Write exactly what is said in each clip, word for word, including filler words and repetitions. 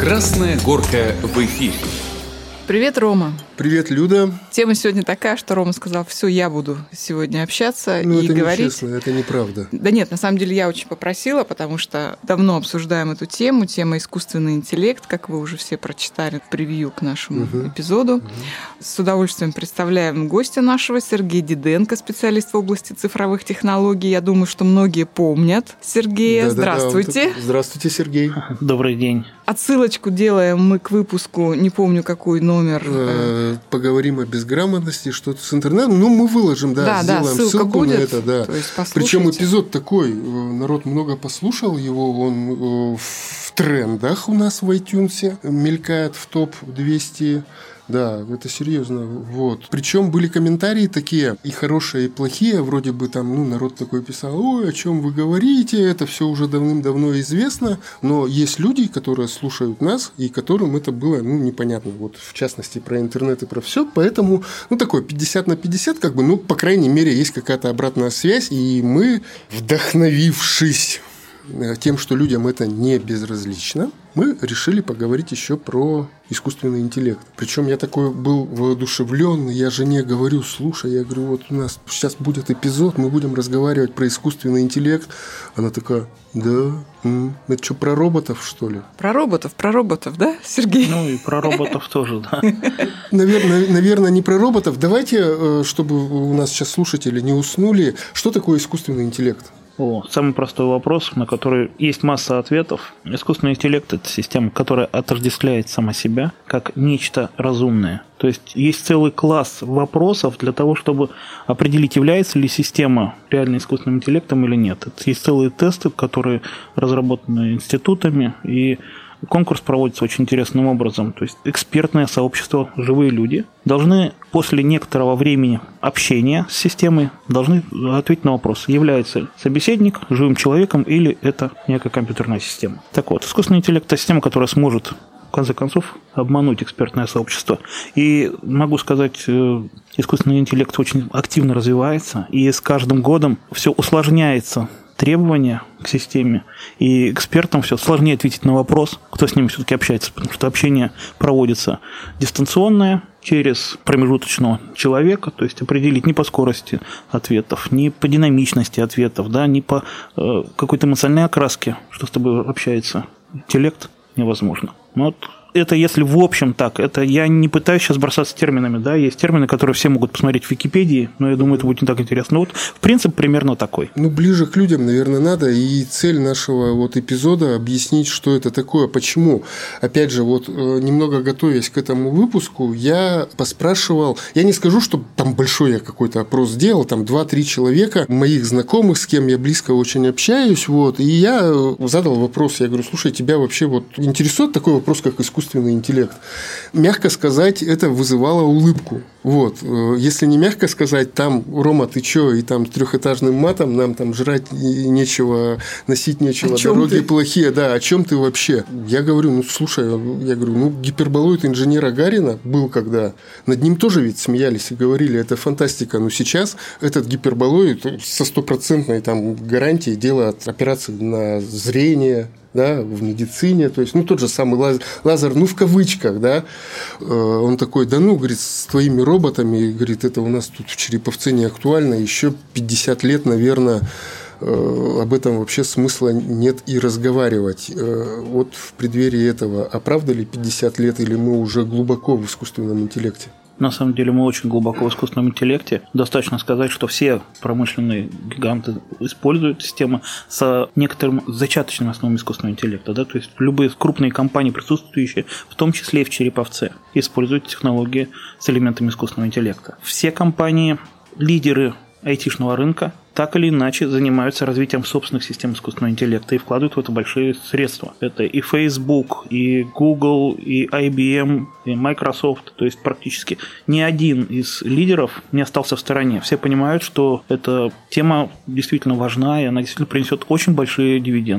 Красная горка в эфире. Привет, Рома. Привет, Люда. Тема сегодня такая, что Рома сказал, все, я буду сегодня общаться ну, и это говорить. Нечестно, это неправда. Да нет, на самом деле я очень попросила, потому что давно обсуждаем эту тему, тема искусственный интеллект, как вы уже все прочитали в превью к нашему угу. эпизоду. Угу. С удовольствием представляем гостя нашего, Сергей Диденко, специалист в области цифровых технологий. Я думаю, что многие помнят Сергея. Да, Здравствуйте. Да, да, вот, здравствуйте, Сергей. Добрый день. Отсылочку делаем мы к выпуску, не помню, какой номер. Э, поговорим о безграмотности, что-то с интернетом. Ну, мы выложим, да, да сделаем да, ссылка ссылку будет, на это. Да. Причем эпизод такой, народ много послушал его, он в трендах у нас в iTunes мелькает в топ двести. Да, это серьезно. Вот. Причем были комментарии такие, и хорошие, и плохие. Вроде бы там, ну, народ такой писал: ой, о чем вы говорите, это все уже давным-давно известно. Но есть люди, которые слушают нас, и которым это было, ну, непонятно. Вот, в частности, про интернет и про все. Поэтому, ну, такое пятьдесят на пятьдесят, как бы, ну, по крайней мере, есть какая-то обратная связь. И мы, вдохновившись тем, что людям это не безразлично, мы решили поговорить еще про искусственный интеллект. Причем я такой был воодушевленный, я жене говорю: слушай, я говорю, вот у нас сейчас будет эпизод, мы будем разговаривать про искусственный интеллект. Она такая: да, м, это что, про роботов, что ли? Про роботов, про роботов, да, Сергей? Ну и про роботов тоже, да. Наверное, наверное, не про роботов. Давайте, чтобы у нас сейчас слушатели не уснули, что такое искусственный интеллект? О, самый простой вопрос, на который есть масса ответов. Искусственный интеллект – это система, которая отождествляет сама себя как нечто разумное. То есть есть целый класс вопросов для того, чтобы определить, является ли система реально искусственным интеллектом или нет. Это есть целые тесты, которые разработаны институтами, и конкурс проводится очень интересным образом. То есть экспертное сообщество, живые люди, должны после некоторого времени общения с системой должны ответить на вопрос, является ли собеседник живым человеком или это некая компьютерная система. Так вот, искусственный интеллект – это система, которая сможет в конце концов обмануть экспертное сообщество. И могу сказать, искусственный интеллект очень активно развивается, и с каждым годом все усложняется требования к системе, и экспертам все сложнее ответить на вопрос, кто с ними все-таки общается, потому что общение проводится дистанционное, через промежуточного человека, то есть определить не по скорости ответов, не по динамичности ответов, да, не по э, какой-то эмоциональной окраске, что с тобой общается интеллект, невозможно. Вот это если в общем так, это я не пытаюсь сейчас бросаться терминами, да, есть термины, которые все могут посмотреть в Википедии, но я думаю, это будет не так интересно. Вот, в принципе, примерно такой. Ну, ближе к людям, наверное, надо, и цель нашего вот эпизода объяснить, что это такое, почему. Опять же, вот немного готовясь к этому выпуску, я поспрашивал, я не скажу, что там большой я какой-то опрос сделал, там два-три человека, моих знакомых, с кем я близко очень общаюсь, вот, и я задал вопрос, я говорю: слушай, тебя вообще вот интересует такой вопрос, как искусственный искусственный интеллект? Мягко сказать, это вызывало улыбку. Вот. Если не мягко сказать, там: Рома, ты чё? И там трехэтажным матом нам там жрать нечего, носить нечего, дороги ты? Плохие. Да, о чем ты вообще? Я говорю: ну, слушай, я говорю, ну, гиперболоид инженера Гарина был когда. Над ним тоже ведь смеялись и говорили, это фантастика. Но сейчас этот гиперболоид со стопроцентной там гарантией делает операции на зрение, да, в медицине, то есть, ну, тот же самый лазер, лазер, ну, в кавычках, да, он такой: да ну, говорит, с твоими роботами, говорит, это у нас тут в Череповце не актуально, еще пятьдесят лет, наверное, об этом вообще смысла нет и разговаривать. Вот в преддверии этого, а правда ли пятьдесят лет, или мы уже глубоко в искусственном интеллекте? На самом деле мы очень глубоко в искусственном интеллекте. Достаточно сказать, что все промышленные гиганты используют системы с некоторым зачаточным основам искусственного интеллекта. Да? То есть любые крупные компании, присутствующие, в том числе и в Череповце, используют технологии с элементами искусственного интеллекта. Все компании, лидеры айтишного рынка, так или иначе занимаются развитием собственных систем искусственного интеллекта и вкладывают в это большие средства. Это и Facebook, и Google, и ай би эм, и Microsoft. То есть практически ни один из лидеров не остался в стороне. Все понимают, что эта тема действительно важна, и она действительно принесет очень большие дивиденды.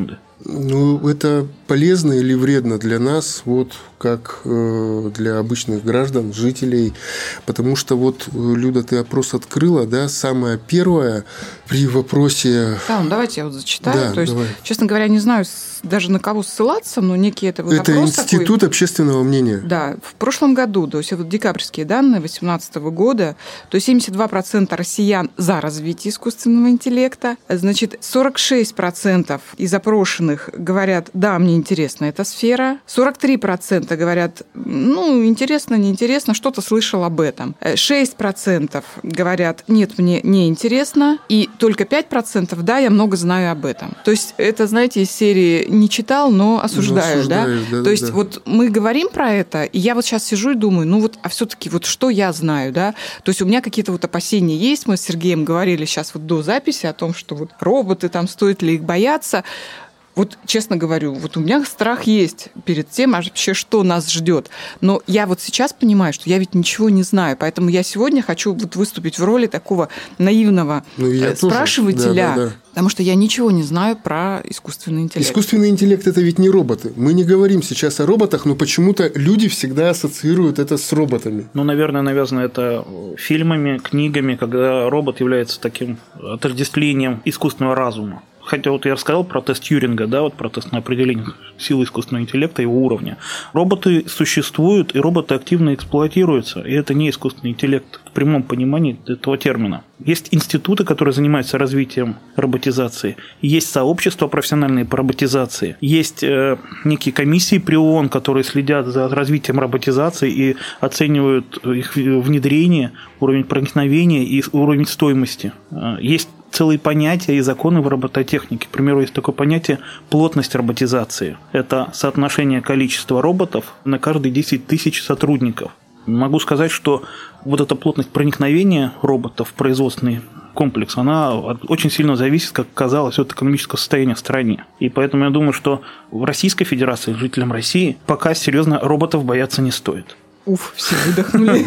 Ну, это полезно или вредно для нас, вот как э, для обычных граждан, жителей, потому что вот, Люда, ты опрос открыла, да, самое первое при вопросе... Да, ну давайте я вот зачитаю. Да, То есть, давай. честно говоря, не знаю даже на кого ссылаться, но некий это вот Это опрос институт такой. общественного мнения. Да, в прошлом году, то есть вот декабрьские данные две тысячи восемнадцатого года, то семьдесят два процента россиян за развитие искусственного интеллекта, значит, сорок шесть процентов из опрошенных говорят, да, мне интересна эта сфера, сорок три процента говорят, ну, интересно, неинтересно, что-то слышал об этом, шесть процентов говорят, нет, мне не интересно, и только пять процентов, да, я много знаю об этом. То есть это, знаете, из серии не читал, но осуждаю, но да? осуждаешь, да? То есть да. вот мы говорим про это, и я вот сейчас сижу и думаю, ну вот, а все-таки вот что я знаю, да? То есть у меня какие-то вот опасения есть, мы с Сергеем говорили сейчас вот до записи о том, что вот роботы, там, стоит ли их бояться. Вот, честно говорю, вот у меня страх есть перед тем, вообще, что нас ждет. Но я вот сейчас понимаю, что я ведь ничего не знаю, поэтому я сегодня хочу вот выступить в роли такого наивного Ну, я спрашивателя, тоже. Да, да, да. потому что я ничего не знаю про искусственный интеллект. Искусственный интеллект – это ведь не роботы. Мы не говорим сейчас о роботах, но почему-то люди всегда ассоциируют это с роботами. Ну, наверное, навязано это фильмами, книгами, когда робот является таким отождествлением искусственного разума. Хотя вот я рассказал про тест Тьюринга, да, вот про тест на определение силы искусственного интеллекта, его уровня. Роботы существуют, и роботы активно эксплуатируются, и это не искусственный интеллект в прямом понимании этого термина. Есть институты, которые занимаются развитием роботизации, есть сообщества профессиональные по роботизации, есть э, некие комиссии при ООН, которые следят за развитием роботизации и оценивают их внедрение, уровень проникновения и уровень стоимости. Есть целые понятия и законы в робототехнике. К примеру, есть такое понятие плотность роботизации. Это соотношение количества роботов на каждые десять тысяч сотрудников. Могу сказать, что вот эта плотность проникновения роботов в производственный комплекс, она очень сильно зависит, как оказалось, от экономического состояния в стране. И поэтому я думаю, что в Российской Федерации, жителям России, пока серьезно роботов бояться не стоит. Уф, все выдохнули.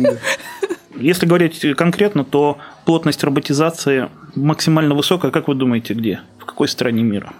Если говорить конкретно, то плотность роботизации максимально высокая, как вы думаете, где? В какой стране мира?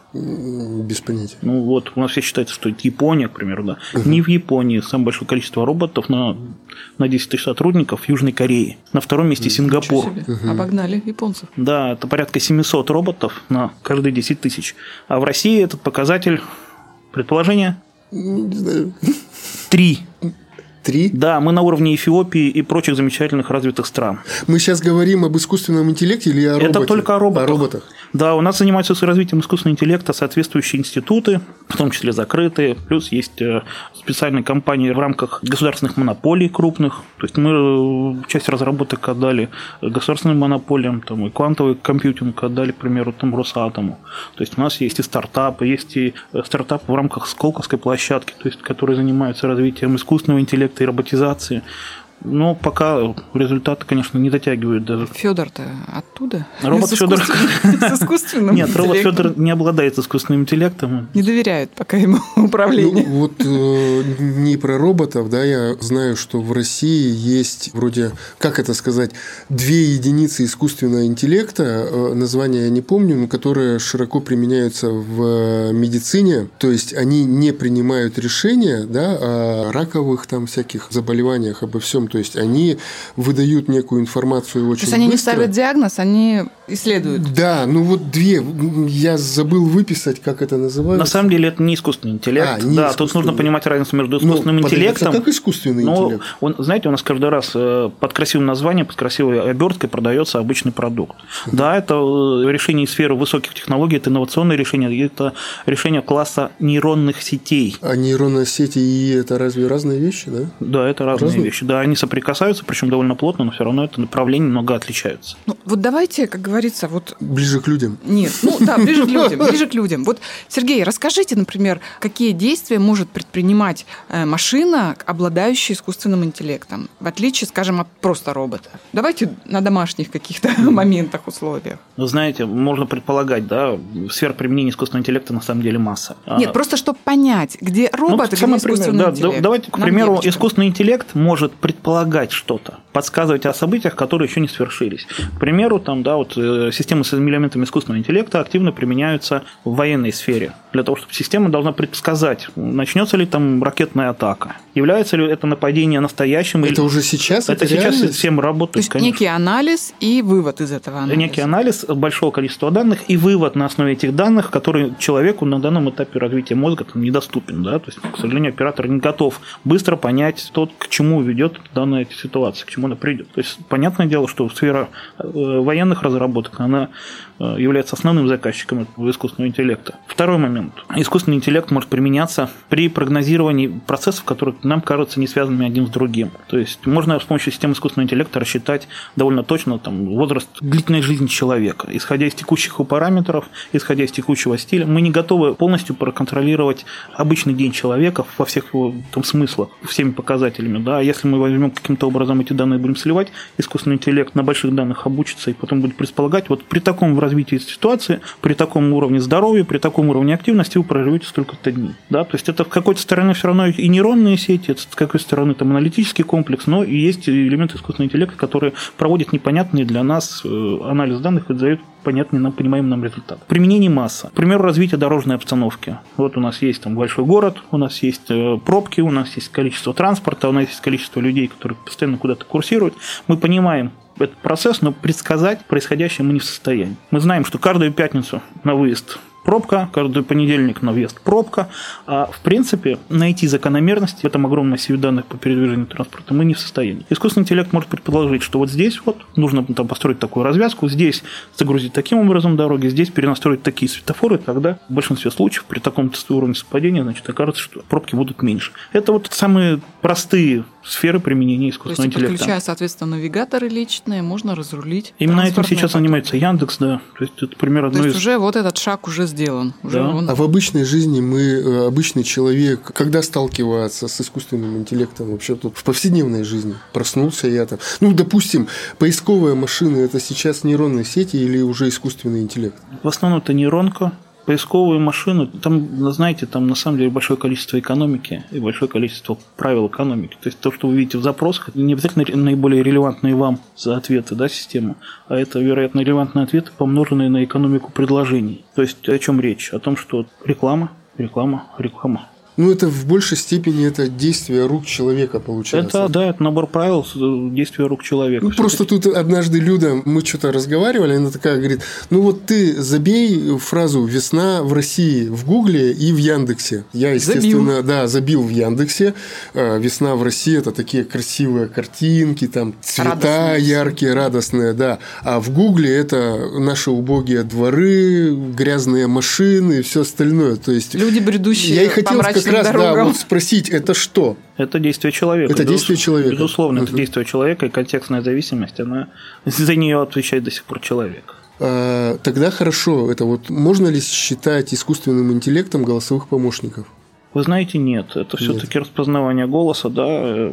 Без понятия. Ну вот, у нас все считается, что это Япония, к примеру, да. Угу. Не в Японии самое большое количество роботов на, на десять тысяч сотрудников в Южной Корее. На втором месте Сингапур. Угу. Обогнали японцев. Да, это порядка семьсот роботов на каждые десять тысяч. А в России этот показатель, предположение? Не знаю. Три. Три? Да, мы на уровне Эфиопии и прочих замечательных развитых стран. Мы сейчас говорим об искусственном интеллекте или о роботе? Это только о роботах. О роботах. Да, у нас занимаются развитием искусственного интеллекта соответствующие институты, в том числе закрытые, плюс есть специальные компании в рамках государственных монополий крупных. То есть мы часть разработок отдали государственным монополиям, там, и квантовый компьютинг отдали, к примеру, там, Росатому. То есть у нас есть и стартапы, есть и стартапы в рамках Сколковской площадки, то есть, которые занимаются развитием искусственного интеллекта и роботизации. Но пока результаты, конечно, не дотягивают даже. Федор-то оттуда? Робот Федор. С искусственным Нет, робот Федор не обладает искусственным интеллектом. Не доверяет пока ему управление. Ну, вот э, не про роботов, да, я знаю, что в России есть вроде, как это сказать, две единицы искусственного интеллекта, э, название я не помню, но которые широко применяются в медицине. То есть они не принимают решения, да, о раковых там всяких заболеваниях, обо всем. То есть они выдают некую информацию очень быстро. То есть они не ставят диагноз, они исследуют. Да, ну вот две. Я забыл выписать, как это называется. На самом деле это не искусственный интеллект. А, не да, тут нужно понимать разницу между искусственным ну, интеллектом. Как искусственный но, интеллект? Он, знаете, у нас каждый раз под красивым названием, под красивой оберткой продается обычный продукт. Uh-huh. Да, это решение из сферы высоких технологий, это инновационное решение, это решение класса нейронных сетей. А нейронные сети и это разве разные вещи, да? Да, это разные, разные? вещи. Да, они соприкасаются, причем довольно плотно, но все равно это направление немного отличаются. Ну, вот давайте, как говорится, вот... Ближе к людям. Нет, ну да, ближе к людям, ближе к людям. Вот, Сергей, расскажите, например, какие действия может предпринимать машина, обладающая искусственным интеллектом, в отличие, скажем, от просто робота? Давайте на домашних каких-то моментах, условиях. Вы знаете, можно предполагать, да, сфер применения искусственного интеллекта на самом деле масса. Нет, просто чтобы понять, где робот, ну, где искусственный пример, интеллект. Да, давайте, к примеру, искусственный интеллект может предполагать что-то. подсказывать о событиях, которые еще не свершились. К примеру, там, да, вот, системы с элементами искусственного интеллекта активно применяются в военной сфере. Для того, чтобы система должна предсказать, начнется ли там ракетная атака, является ли это нападение настоящим. Это или... уже сейчас? Это, это сейчас система работает, То есть конечно. некий анализ и вывод из этого анализа. Некий анализ большого количества данных и вывод на основе этих данных, который человеку на данном этапе развития мозга там, недоступен. Да? То есть, к сожалению, оператор не готов быстро понять, тот, к чему ведет данная ситуация, к чему она придет. То есть, понятное дело, что сфера военных разработок, она является основным заказчиком этого искусственного интеллекта. Второй момент. Искусственный интеллект может применяться при прогнозировании процессов, которые нам кажутся не связанными один с другим. То есть можно с помощью системы искусственного интеллекта рассчитать довольно точно там, возраст длительной жизни человека, исходя из текущих параметров, исходя из текущего стиля. Мы не готовы полностью проконтролировать обычный день человека во всех его там, смыслах, всеми показателями. Да? Если мы возьмем каким-то образом эти данные, будем сливать, искусственный интеллект на больших данных обучится и потом будет предполагать, вот при таком развитии ситуации, при таком уровне здоровья, при таком уровне активности вы проживете столько-то дней. Да? То есть это в какой-то стороне все равно и нейронные сети, это с какой-то стороны там аналитический комплекс, но и есть элементы искусственного интеллекта, которые проводят непонятные для нас анализ данных и дают понятный нам, понимаемый нам результат. Применение масса. К примеру, развитие дорожной обстановки. Вот у нас есть там большой город, у нас есть пробки, у нас есть количество транспорта, у нас есть количество людей, которые постоянно куда-то курсируют. Мы понимаем этот процесс, но предсказать происходящее мы не в состоянии. Мы знаем, что каждую пятницу на выезд пробка, каждый понедельник на въезд пробка, а в принципе найти закономерности в этом огромном массиве данных по передвижению транспорта мы не в состоянии. Искусственный интеллект может предположить, что вот здесь вот нужно там построить такую развязку, здесь загрузить таким образом дороги, здесь перенастроить такие светофоры, тогда в большинстве случаев при таком уровне совпадения, значит, окажется, что пробки будут меньше. Это вот самые простые сферы применения искусственного интеллекта. То есть, подключая, соответственно, навигаторы личные, можно разрулить. Именно этим сейчас поток. Занимается Яндекс, да. То есть, это пример одной То есть, из... уже вот этот шаг уже сделан. Уже да. он... А в обычной жизни мы, обычный человек, когда сталкивается с искусственным интеллектом вообще тут в повседневной жизни? Проснулся я там. Ну, допустим, поисковая машина – это сейчас нейронные сети или уже искусственный интеллект? В основном это нейронка. Поисковые машины, там, знаете, там на самом деле большое количество экономики и большое количество правил экономики. То есть то, что вы видите в запросах, это не обязательно наиболее релевантные вам за ответы, да, система, а это, вероятно, релевантные ответы, помноженные на экономику предложений. То есть о чем речь? О том, что реклама, реклама, реклама. Ну, это в большей степени это действие рук человека, получается. Это, да, это набор правил действия рук человека. Ну, просто тут однажды Люда, мы что-то разговаривали, она такая говорит, ну, вот ты забей фразу «весна в России» в Гугле и в Яндексе. Я, естественно, забил. да, забил в Яндексе. «Весна в России» – это такие красивые картинки, там цвета радостные. яркие, радостные, да. А в Гугле это наши убогие дворы, грязные машины и все остальное. То есть люди, бредущие я и хотел как раз, дорогам. да, вот спросить, это что? Это действие человека. Это действие человека. Безусловно, uh-huh. это действие человека, и контекстная зависимость, она за нее отвечает до сих пор человек. А, тогда хорошо. Это вот можно ли считать искусственным интеллектом голосовых помощников? Вы знаете, нет. Это все-таки распознавание голоса, да,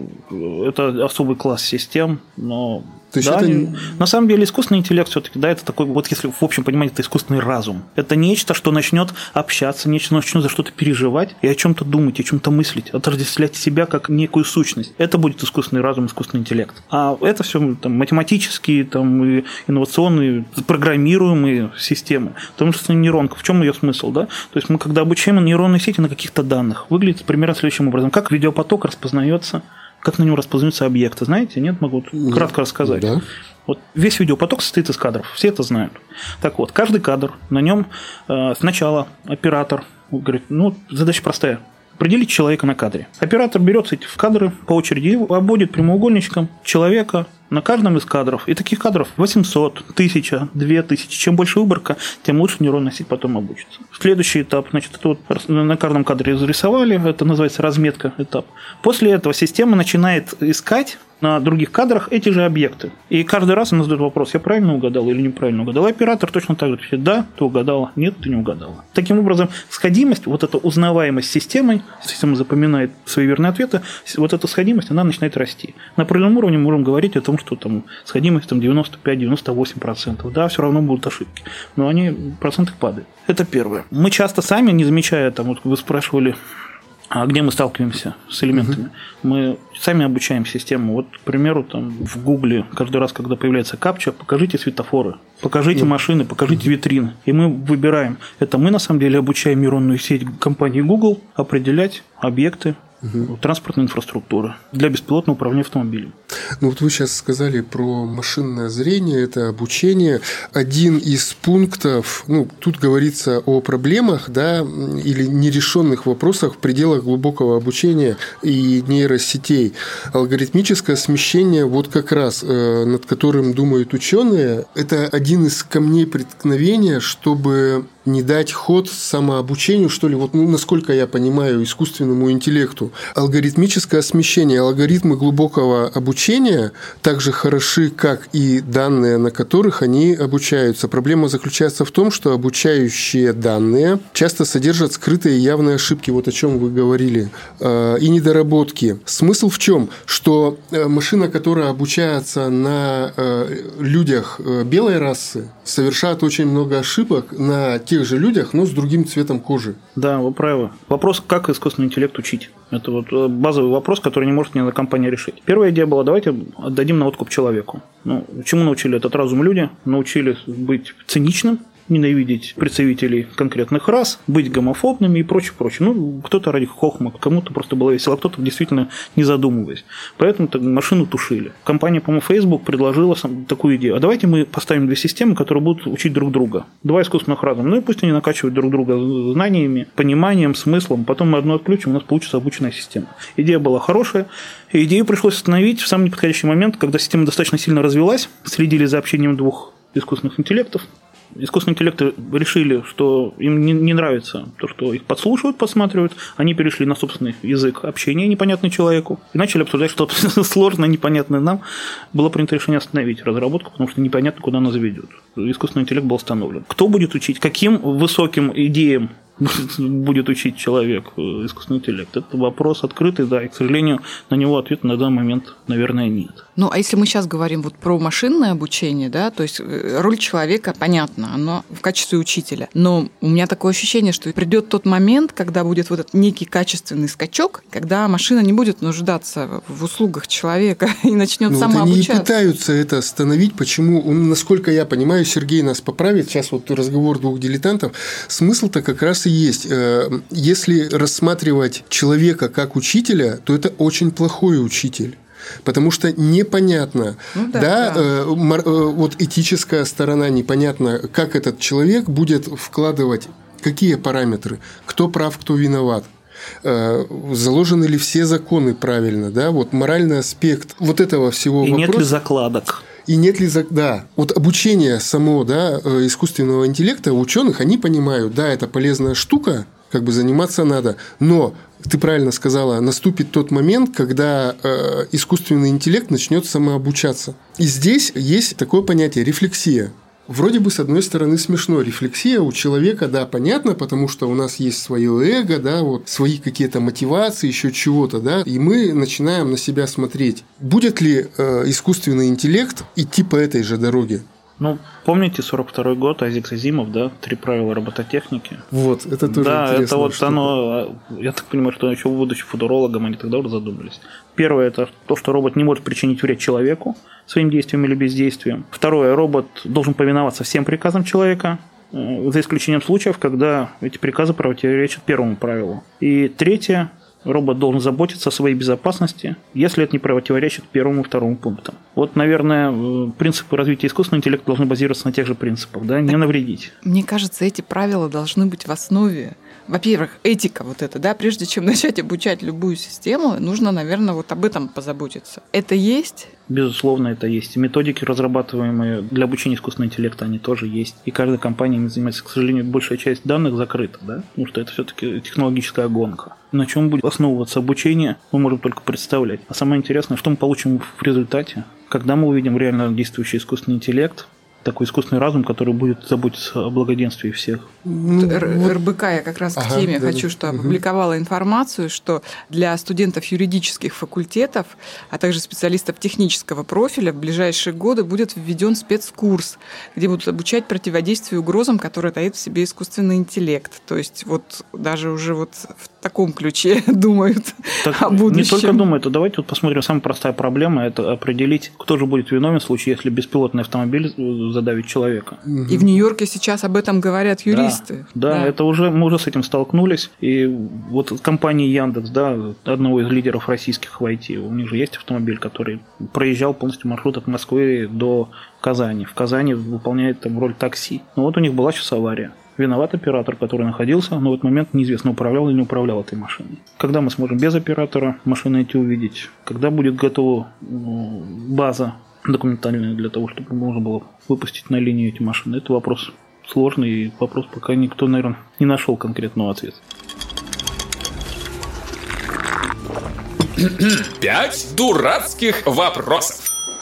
это особый класс систем, но... То есть да, это... На самом деле искусственный интеллект все-таки, да, это такой, вот если в общем понимании, это искусственный разум. Это нечто, что начнет общаться, нечто, что начнет за что-то переживать и о чем-то думать, о чем-то мыслить, отождествлять себя как некую сущность. Это будет искусственный разум, искусственный интеллект. А это все там, математические, там, и инновационные, программируемые системы. Потому что нейронка, в чем ее смысл, да? То есть мы когда обучаем нейронные сети на каких-то данных, выглядит примерно следующим образом. Как видеопоток распознается, как на нем распознаются объекты. Знаете, нет? Могу кратко рассказать. Да. Вот весь видеопоток состоит из кадров. Все это знают. Так вот, каждый кадр, на нем э, сначала оператор говорит, ну, задача простая. Определить человека на кадре. Оператор берет эти кадры по очереди и обводит прямоугольничком человека на каждом из кадров. И таких кадров восемьсот, тысяча, две тысячи. Чем больше выборка, тем лучше нейронная сеть потом обучится. Следующий этап, значит, это вот на каждом кадре зарисовали, это называется разметка этап. После этого система начинает искать на других кадрах эти же объекты. И каждый раз она задает вопрос, я правильно угадал или неправильно угадал. И оператор точно так же отвечает, да, ты угадала, нет, ты не угадала. Таким образом, сходимость, вот эта узнаваемость системой, система запоминает свои верные ответы, вот эта сходимость, она начинает расти. На определенном уровне мы можем говорить о том, что там сходимость там, девяносто пять - девяносто восемь процентов. Да, все равно будут ошибки, но они, проценты падают. Это первое. Мы часто сами, не замечая, там, вот вы спрашивали, А где мы сталкиваемся с элементами? Uh-huh. Мы сами обучаем систему. Вот, к примеру, там в Гугле каждый раз, когда появляется капча, покажите светофоры, покажите uh-huh. машины, покажите uh-huh. витрины. И мы выбираем. Это мы, на самом деле, обучаем нейронную сеть компании Google определять объекты угу. транспортной инфраструктуры для беспилотного управления автомобилем. Ну вот вы сейчас сказали про машинное зрение, это обучение. Один из пунктов, ну тут говорится о проблемах, да, или нерешенных вопросах в пределах глубокого обучения и нейросетей. Алгоритмическое смещение, вот как раз над которым думают ученые, это один из камней преткновения, чтобы не дать ход самообучению, что ли, вот, ну, насколько я понимаю, искусственному интеллекту. Алгоритмическое смещение, алгоритмы глубокого обучения так же хороши, как и данные, на которых они обучаются. Проблема заключается в том, что обучающие данные часто содержат скрытые и явные ошибки, вот о чем вы говорили, и недоработки. Смысл в чем? Что машина, которая обучается на людях белой расы, совершает очень много ошибок на тех же людях, но с другим цветом кожи. Да, вы правы. Вопрос, как искусственный интеллект учить. Это вот базовый вопрос, который не может ни одна компания решить. Первая идея была, давайте отдадим на откуп человеку. Ну, чему научили этот разум люди? Научили быть циничным, ненавидеть представителей конкретных рас, быть гомофобными и прочее, прочее. Ну, кто-то ради хохма, кому-то просто было весело, а кто-то действительно не задумываясь. Поэтому машину тушили. Компания, по-моему, Facebook предложила такую идею. А давайте мы поставим две системы, которые будут учить друг друга. Два искусственных разума. Ну и пусть они накачивают друг друга знаниями, пониманием, смыслом. Потом мы одно отключим, у нас получится обученная система. Идея была хорошая. И идею пришлось остановить в самый неподходящий момент, когда система достаточно сильно развилась, следили за общением двух искусственных интеллектов. Искусственные интеллекты решили, что им не, не нравится то, что их подслушивают, подсматривают. Они перешли на собственный язык общения, непонятный человеку, и начали обсуждать что-то сложное, непонятное нам. Было принято решение остановить разработку, потому что непонятно, куда она заведет. Искусственный интеллект был остановлен. Кто будет учить? Каким высоким идеям будет учить человек искусственный интеллект? Это вопрос открытый, да, и, к сожалению, на него ответа на данный момент, наверное, нет. Ну, а если мы сейчас говорим вот про машинное обучение, да, то есть роль человека понятна, оно в качестве учителя. Но у меня такое ощущение, что придет тот момент, когда будет вот этот некий качественный скачок, когда машина не будет нуждаться в услугах человека и начнет ну, сама вот они обучаться. Они пытаются это остановить. Почему? Насколько я понимаю, Сергей нас поправит. Сейчас вот разговор двух дилетантов. Смысл-то как раз и есть. Если рассматривать человека как учителя, то это очень плохой учитель. Потому что непонятно, ну, да, да, да. Э, э, вот этическая сторона непонятно, как этот человек будет вкладывать, какие параметры, кто прав, кто виноват. Заложены ли все законы правильно, да, вот моральный аспект вот этого всего и вопроса. Нет ли закладок? И нет ли, да, вот обучение само, да, искусственного интеллекта ученых, они понимают, да, это полезная штука, как бы заниматься надо, но ты правильно сказала, наступит тот момент, когда э, искусственный интеллект начнет самообучаться. И здесь есть такое понятие рефлексия. Вроде бы, с одной стороны, смешно. Рефлексия у человека, да, понятно, потому что у нас есть свое эго, да, вот, свои какие-то мотивации, еще чего-то, да, и мы начинаем на себя смотреть. Будет ли э, искусственный интеллект идти по этой же дороге? Ну, помните сорок второй год, Айзек Азимов, да, «Три правила робототехники». Вот, это тоже да, интересно. Это вот штука. Оно, я так понимаю, что еще будучи футурологом, они тогда уже задумались. Первое – это то, что робот не может причинить вред человеку своим действием или бездействием. Второе – робот должен повиноваться всем приказам человека, за исключением случаев, когда эти приказы противоречат первому правилу. И третье – робот должен заботиться о своей безопасности, если это не противоречит первому и второму пунктам. Вот, наверное, принципы развития искусственного интеллекта должны базироваться на тех же принципах, да, не навредить. Мне кажется, эти правила должны быть в основе. Во-первых, этика вот эта, да, прежде чем начать обучать любую систему, нужно, наверное, вот об этом позаботиться. Это есть? Безусловно, это есть. Методики, разрабатываемые для обучения искусственного интеллекта, они тоже есть. И каждая компания ими занимается. К сожалению, большая часть данных закрыта, да? Потому что это все-таки технологическая гонка. На чем будет основываться обучение, мы можем только представлять. А самое интересное, что мы получим в результате, когда мы увидим реально действующий искусственный интеллект, такой искусственный разум, который будет заботиться о благоденствии всех. Ну, эр бэ ка я как раз ага, к теме да, хочу, что угу. опубликовала информацию, что для студентов юридических факультетов, а также специалистов технического профиля в ближайшие годы будет введен спецкурс, где будут обучать противодействию угрозам, которые таит в себе искусственный интеллект. То есть вот даже уже вот таком ключе думают так о будущем. Не только думают, а давайте вот посмотрим. Самая простая проблема – это определить, кто же будет виновен в случае, если беспилотный автомобиль задавит человека. И в Нью-Йорке сейчас об этом говорят юристы. Да, да, да, это уже, мы уже с этим столкнулись. И вот компания Яндекс, да, одного из лидеров российских в ай ти, у них же есть автомобиль, который проезжал полностью маршрут от Москвы до Казани. В Казани выполняет там роль такси. Но вот у них была сейчас авария. Виноват оператор, который находился, но в этот момент неизвестно, управлял или не управлял этой машиной. Когда мы сможем без оператора машины эти увидеть? Когда будет готова база документальная для того, чтобы можно было выпустить на линию эти машины? Это вопрос сложный, и вопрос пока никто, наверное, не нашел конкретного ответа. Пять дурацких вопросов.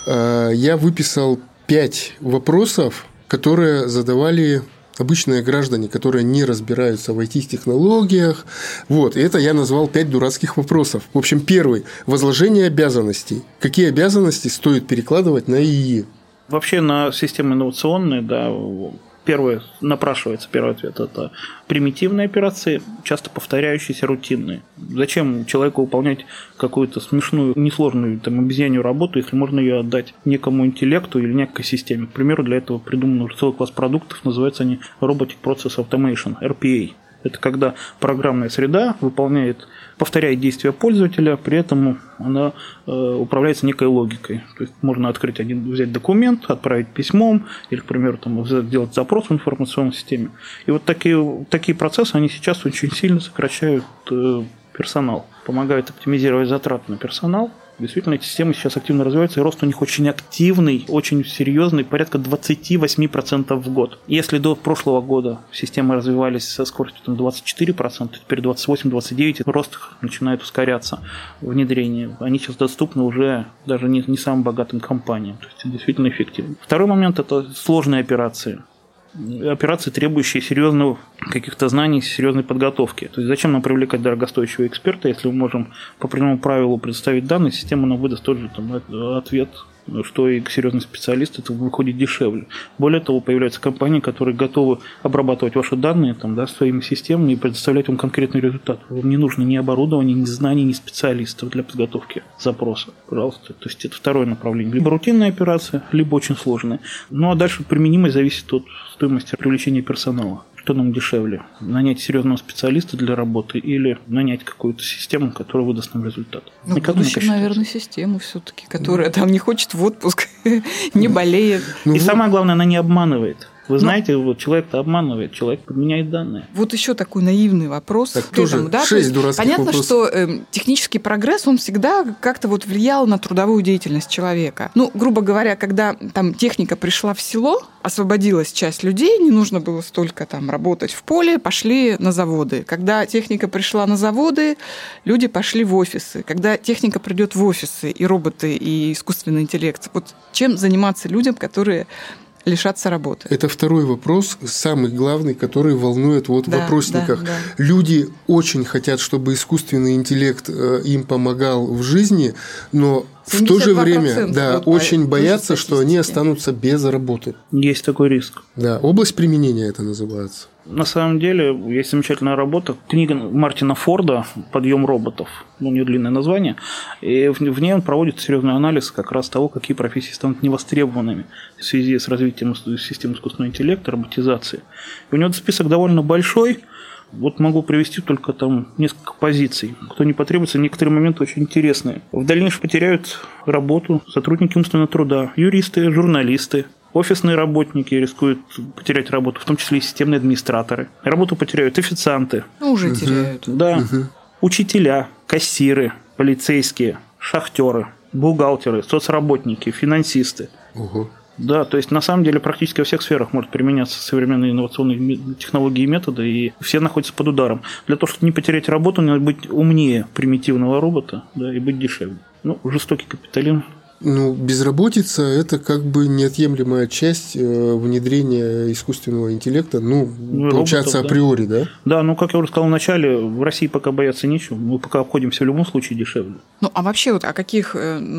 Я выписал пять вопросов, которые задавали обычные граждане, которые не разбираются в ай ти-технологиях. Вот, и это я назвал пять дурацких вопросов. В общем, первый – возложение обязанностей. Какие обязанности стоит перекладывать на ИИ? Вообще на системы инновационные, да, первое, напрашивается первый ответ – это примитивные операции, часто повторяющиеся, рутинные. Зачем человеку выполнять какую-то смешную, несложную там, обезьянью работу, если можно ее отдать некому интеллекту или некой системе? К примеру, для этого придуман уже целый класс продуктов, называется они Robotic Process Automation, эр пи эй. Это когда программная среда выполняет, повторяет действия пользователя, при этом она э, управляется некой логикой. То есть можно открыть один, взять документ, отправить письмом, или, к примеру, там, сделать запрос в информационной системе. И вот такие, такие процессы, они сейчас очень сильно сокращают э, персонал, помогают оптимизировать затраты на персонал. Действительно, эти системы сейчас активно развиваются, и рост у них очень активный, очень серьезный, порядка двадцать восемь процентов в год. Если до прошлого года системы развивались со скоростью там, двадцать четыре процента, теперь двадцать восемь - двадцать девять процентов, рост начинает ускоряться, внедрение. Они сейчас доступны уже даже не, не самым богатым компаниям, то есть действительно эффективно. Второй момент – это сложные операции. Операции, требующие серьезных каких-то знаний, серьезной подготовки. То есть зачем нам привлекать дорогостоящего эксперта, если мы можем по прямому правилу предоставить данные, система нам выдаст тот же там, ответ, что и серьезный специалист, это выходит дешевле. Более того, появляются компании, которые готовы обрабатывать ваши данные там, да, своими системами и предоставлять вам конкретный результат. Вам не нужно ни оборудования, ни знаний, ни специалистов для подготовки запроса. Пожалуйста. То есть это второе направление. Либо рутинная операция, либо очень сложная. Ну а дальше применимость зависит от стоимости привлечения персонала. Что нам дешевле? Нанять серьезного специалиста для работы или нанять какую-то систему, которая выдаст нам результат? Ну, в будущем, наверное, систему все-таки, которая там не хочет в отпуск, не болеет. И самое главное, она не обманывает. Вы знаете, вот человек-то обманывает, человек подменяет данные. Вот еще такой наивный вопрос. Так тоже этому, да? шесть дурацких понятно, вопросов. что э, технический прогресс, он всегда как-то вот влиял на трудовую деятельность человека. Ну, грубо говоря, когда там техника пришла в село, освободилась часть людей, не нужно было столько там работать в поле, пошли на заводы. Когда техника пришла на заводы, люди пошли в офисы. Когда техника придет в офисы, и роботы, и искусственный интеллект, вот чем заниматься людям, которые лишаться работы? Это второй вопрос, самый главный, который волнует вот да, в вопросниках. Да, да. Люди очень хотят, чтобы искусственный интеллект им помогал в жизни, но в то же время да, очень боятся, что они останутся без работы. Есть такой риск. Да, область применения это называется. На самом деле, есть замечательная работа, книга Мартина Форда «Подъем роботов», ну, у нее длинное название, и в ней он проводит серьезный анализ как раз того, какие профессии станут невостребованными в связи с развитием систем искусственного интеллекта, роботизации. И у него список довольно большой, вот могу привести только там несколько позиций. Кто не потребуется, некоторые моменты очень интересные. В дальнейшем потеряют работу сотрудники умственного труда, юристы, журналисты. Офисные работники рискуют потерять работу, в том числе и системные администраторы. Работу потеряют официанты. Ну, уже угу. теряют. Да. Угу. Учителя, кассиры, полицейские, шахтеры, бухгалтеры, соцработники, финансисты. Угу. Да, то есть на самом деле практически во всех сферах может применяться современные инновационные технологии и методы, и все находятся под ударом. Для того, чтобы не потерять работу, надо быть умнее примитивного робота, да, и быть дешевле. Ну, жестокий капитализм. Ну, безработица – это как бы неотъемлемая часть внедрения искусственного интеллекта, ну, ну получается, роботов, априори, да? да? Да, ну, как я уже сказал в начале, в России пока бояться нечего, мы пока обходимся в любом случае дешевле. Ну, а вообще вот о каких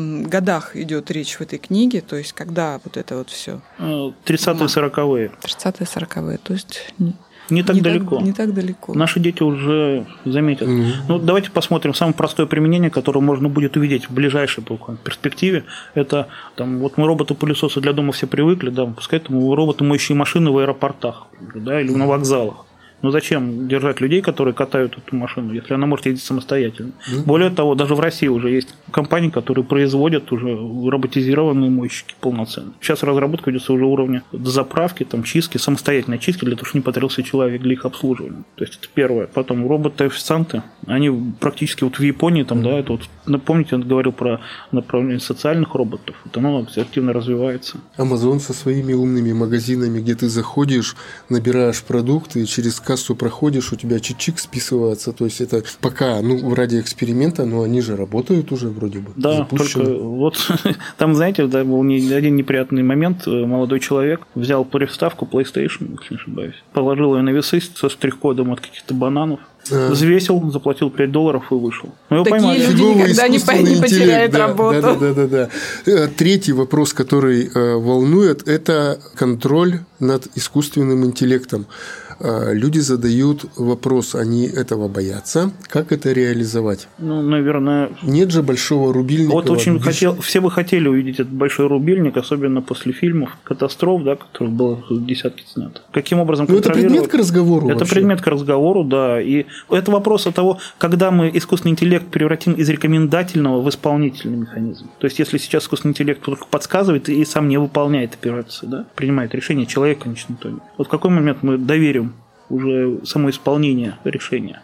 годах идет речь в этой книге, то есть когда вот это вот все? тридцатые, сороковые. тридцатые, сороковые, то есть… Не так не далеко. Так, не так далеко. Наши дети уже заметят. Mm-hmm. Ну, давайте посмотрим самое простое применение, которое можно будет увидеть в ближайшей перспективе. Это там, вот мы роботы-пылесосы для дома все привыкли, да, пускай там роботы-моющие машины в аэропортах, да, или на вокзалах. Но зачем держать людей, которые катают эту машину, если она может ездить самостоятельно? Mm-hmm. Более того, даже в России уже есть компании, которые производят уже роботизированные мойщики полноценные. Сейчас разработка ведется уже уровня заправки, там, чистки, самостоятельной чистки, для того, чтобы не потребовался человек для их обслуживания. То есть это первое. Потом роботы-официанты, они практически вот в Японии, там, mm-hmm. да, это вот, напомните, он говорил про направление социальных роботов, вот оно активно развивается. Amazon со своими умными магазинами, где ты заходишь, набираешь продукты, и через кассу проходишь, у тебя чик-чик списывается, то есть это пока, ну, ради эксперимента, но они же работают уже вроде бы. Да, запущены. Только вот там, знаете, да, был один неприятный момент, молодой человек взял приставку PlayStation, если не ошибаюсь, положил ее на весы со штрих-кодом от каких-то бананов, а. взвесил, заплатил пять долларов и вышел. Но его Такие поймали. Люди Фиговый никогда не, не потеряют да, работу. Да, да, да, да, да. Третий вопрос, который э, волнует, это контроль над искусственным интеллектом. Люди задают вопрос, они этого боятся, как это реализовать? Ну, наверное... Нет же большого рубильника. Вот очень хотел, все бы хотели увидеть этот большой рубильник, особенно после фильмов катастроф, да, которых было десятки снято. Каким образом контролировать? Ну, это предмет к разговору Это вообще. предмет к разговору, да. И это вопрос от того, когда мы искусственный интеллект превратим из рекомендательного в исполнительный механизм. То есть, если сейчас искусственный интеллект только подсказывает и сам не выполняет операции, да, принимает решение, человек, конечно, то нет. Вот в какой момент мы доверим уже само исполнение решения?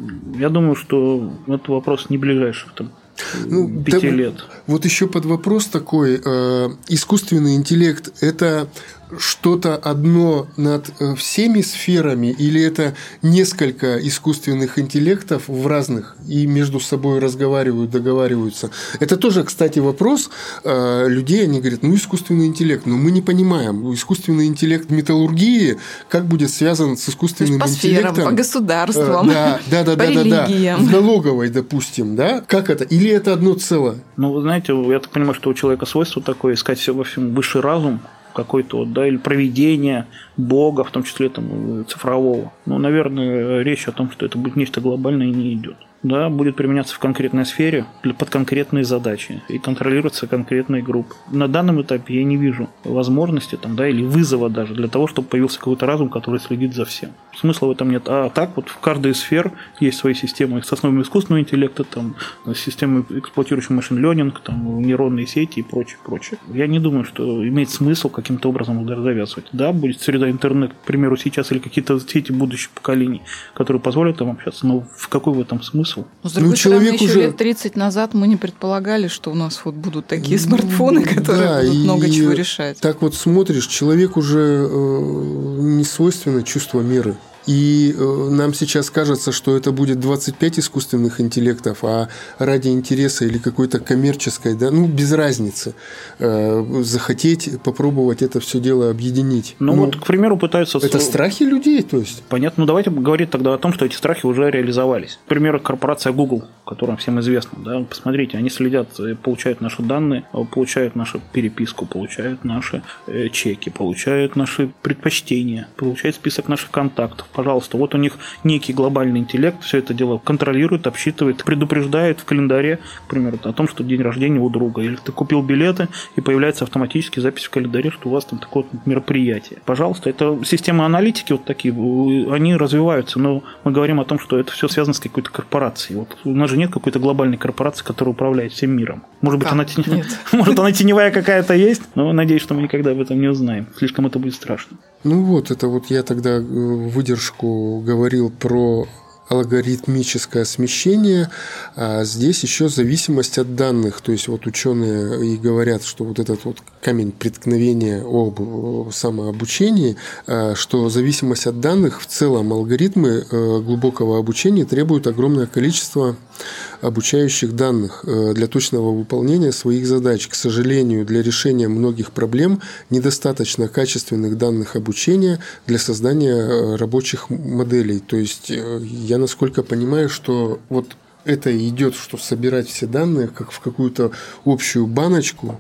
Я думаю, что это вопрос не ближайших там ну, пяти да, лет. Вот еще под вопрос такой. Э, искусственный интеллект – это что-то одно над всеми сферами, или это несколько искусственных интеллектов в разных и между собой разговаривают, договариваются? Это тоже, кстати, вопрос людей. Они говорят, ну, искусственный интеллект, но мы не понимаем, искусственный интеллект металлургии как будет связан с искусственным по интеллектом? Сферам, по государствам, да, да, да, по да, религиям. Да, да. В налоговой, допустим, да? Как это? Или это одно целое? Ну, вы знаете, я так понимаю, что у человека свойство такое, искать все во всем высший разум, какой-то, да, или провидение Бога, в том числе там, цифрового. Ну, наверное, речь о том, что это будет нечто глобальное, не идет. Да, будет применяться в конкретной сфере под конкретные задачи и контролироваться конкретной группой. На данном этапе я не вижу возможности там, да, или вызова даже для того, чтобы появился какой-то разум, который следит за всем. Смысла в этом нет. А так вот в каждой из сфер есть свои системы с основами искусственного интеллекта, там, системы, эксплуатирующие машин ленинг, там, нейронные сети и прочее, прочее. Я не думаю, что имеет смысл каким-то образом завязывать. Да, будет среда интернет, к примеру, сейчас, или какие-то сети будущих поколений, которые позволят там общаться, но в какой в этом смысл? Но, с другой ну, стороны, еще уже... лет тридцать назад мы не предполагали, что у нас вот будут такие смартфоны, которые да, будут много чего решать. Так вот смотришь, человек уже э, не свойственно чувство меры. И э, нам сейчас кажется, что это будет двадцать пять искусственных интеллектов, а ради интереса или какой-то коммерческой, да, ну, без разницы, э, захотеть попробовать это все дело объединить. Ну, ну вот, к примеру, пытаются... Это страхи людей, то есть? Понятно. Ну, давайте говорить тогда о том, что эти страхи уже реализовались. К примеру, корпорация Google, которая всем известна, да, посмотрите, они следят, получают наши данные, получают нашу переписку, получают наши э, чеки, получают наши предпочтения, получают список наших контактов. Пожалуйста, вот у них некий глобальный интеллект, все это дело контролирует, обсчитывает, предупреждает в календаре, к примеру, о том, что день рождения у друга. Или ты купил билеты, и появляется автоматически запись в календаре, что у вас там такое мероприятие. Пожалуйста, это системы аналитики вот такие, они развиваются, но мы говорим о том, что это все связано с какой-то корпорацией. Вот у нас же нет какой-то глобальной корпорации, которая управляет всем миром. Может быть, она, тень... Может, она теневая какая-то есть, но надеюсь, что мы никогда об этом не узнаем. Слишком это будет страшно. Ну вот, это вот я тогда выдержку говорил про алгоритмическое смещение, а здесь еще зависимость от данных. То есть вот ученые и говорят, что вот этот вот камень преткновения об самообучении, что зависимость от данных, в целом алгоритмы глубокого обучения требуют огромное количество обучающих данных для точного выполнения своих задач. К сожалению, для решения многих проблем недостаточно качественных данных обучения для создания рабочих моделей. То есть я насколько понимаю, что вот это идет, что собирать все данные как в какую-то общую баночку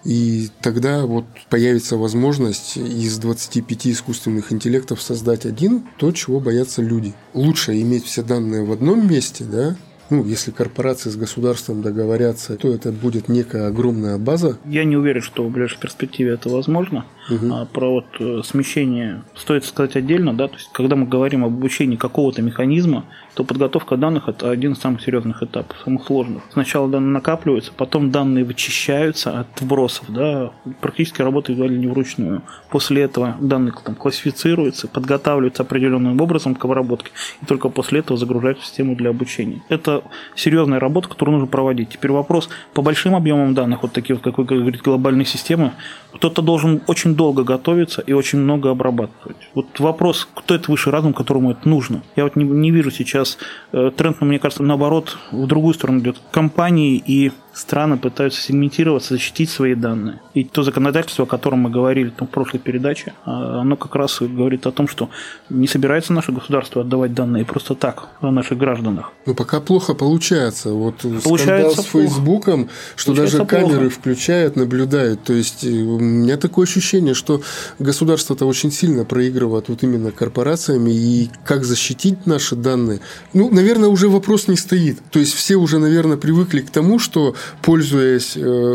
И тогда вот появится возможность из двадцати пяти искусственных интеллектов создать один, то, чего боятся люди. Лучше иметь все данные в одном месте, да. Ну, если корпорации с государством договорятся, то это будет некая огромная база. Я не уверен, что в ближайшей перспективе это возможно. Угу. А про вот смещение стоит сказать отдельно, да, то есть когда мы говорим об обучении какого-то механизма, то подготовка данных – это один из самых серьезных этапов, самых сложных. Сначала данные накапливаются, потом данные вычищаются от вбросов, да, практически работают не вручную. После этого данные там классифицируются, подготавливаются определенным образом к обработке, и только после этого загружаются в систему для обучения. Это серьезная работа, которую нужно проводить. Теперь вопрос по большим объемам данных, вот такие вот, как вы говорите, глобальные системы, кто-то должен очень долго готовиться и очень много обрабатывать. Вот вопрос, кто это высший разум, которому это нужно. Я вот не, не вижу сейчас э, тренд, мне кажется, наоборот, в другую сторону идет. Компании и страны пытаются сегментироваться, защитить свои данные. И то законодательство, о котором мы говорили там, в прошлой передаче, оно как раз говорит о том, что не собирается наше государство отдавать данные просто так о наших гражданах. Ну, пока плохо получается. Вот получается скандал с Фейсбуком, что получается даже камеры плохо. Включают, наблюдают. То есть у меня такое ощущение, что государство-то очень сильно проигрывает вот именно корпорациями. И как защитить наши данные? Ну, наверное, уже вопрос не стоит. То есть все уже, наверное, привыкли к тому, что пользуясь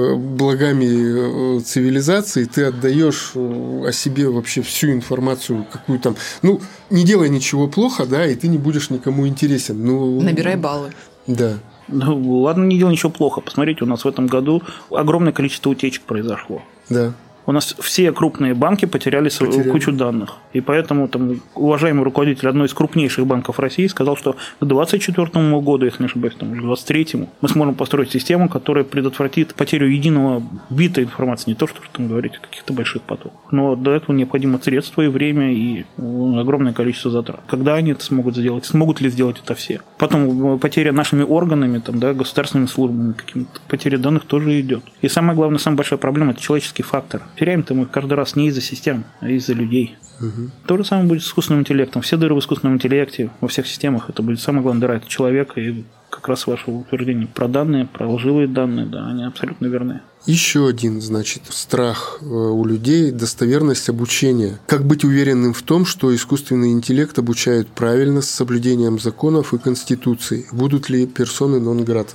благами цивилизации, ты отдаешь о себе вообще всю информацию, какую там. Ну, не делай ничего плохо, да, и ты не будешь никому интересен. Ну, набирай баллы. Да. Ну, ладно, не делай ничего плохо. Посмотрите, у нас в этом году огромное количество утечек произошло. Да. У нас все крупные банки потеряли, потеряли кучу данных. И поэтому там, уважаемый руководитель одной из крупнейших банков России сказал, что к двадцать четвёртому году, если не ошибаюсь, там, уже к двадцать третьему, мы сможем построить систему, которая предотвратит потерю единого бита информации. Не то, что там говорить о каких-то больших потоках. Но для этого необходимо средства и время, и огромное количество затрат. Когда они это смогут сделать? Смогут ли сделать это все? Потом потеря нашими органами, там, да, государственными службами, какими-то потеря данных тоже идет. И самое главное, самая большая проблема – это человеческий фактор. Теряем-то мы каждый раз не из-за систем, а из-за людей. Угу. То же самое будет с искусственным интеллектом. Все дыры в искусственном интеллекте, во всех системах, это будет самая главная дыра, это человека. И как раз ваше утверждение про данные, про лживые данные, да, они абсолютно верны. Еще один, значит, страх у людей – достоверность обучения. Как быть уверенным в том, что искусственный интеллект обучает правильно, с соблюдением законов и Конституции? Будут ли персоны нон-грата?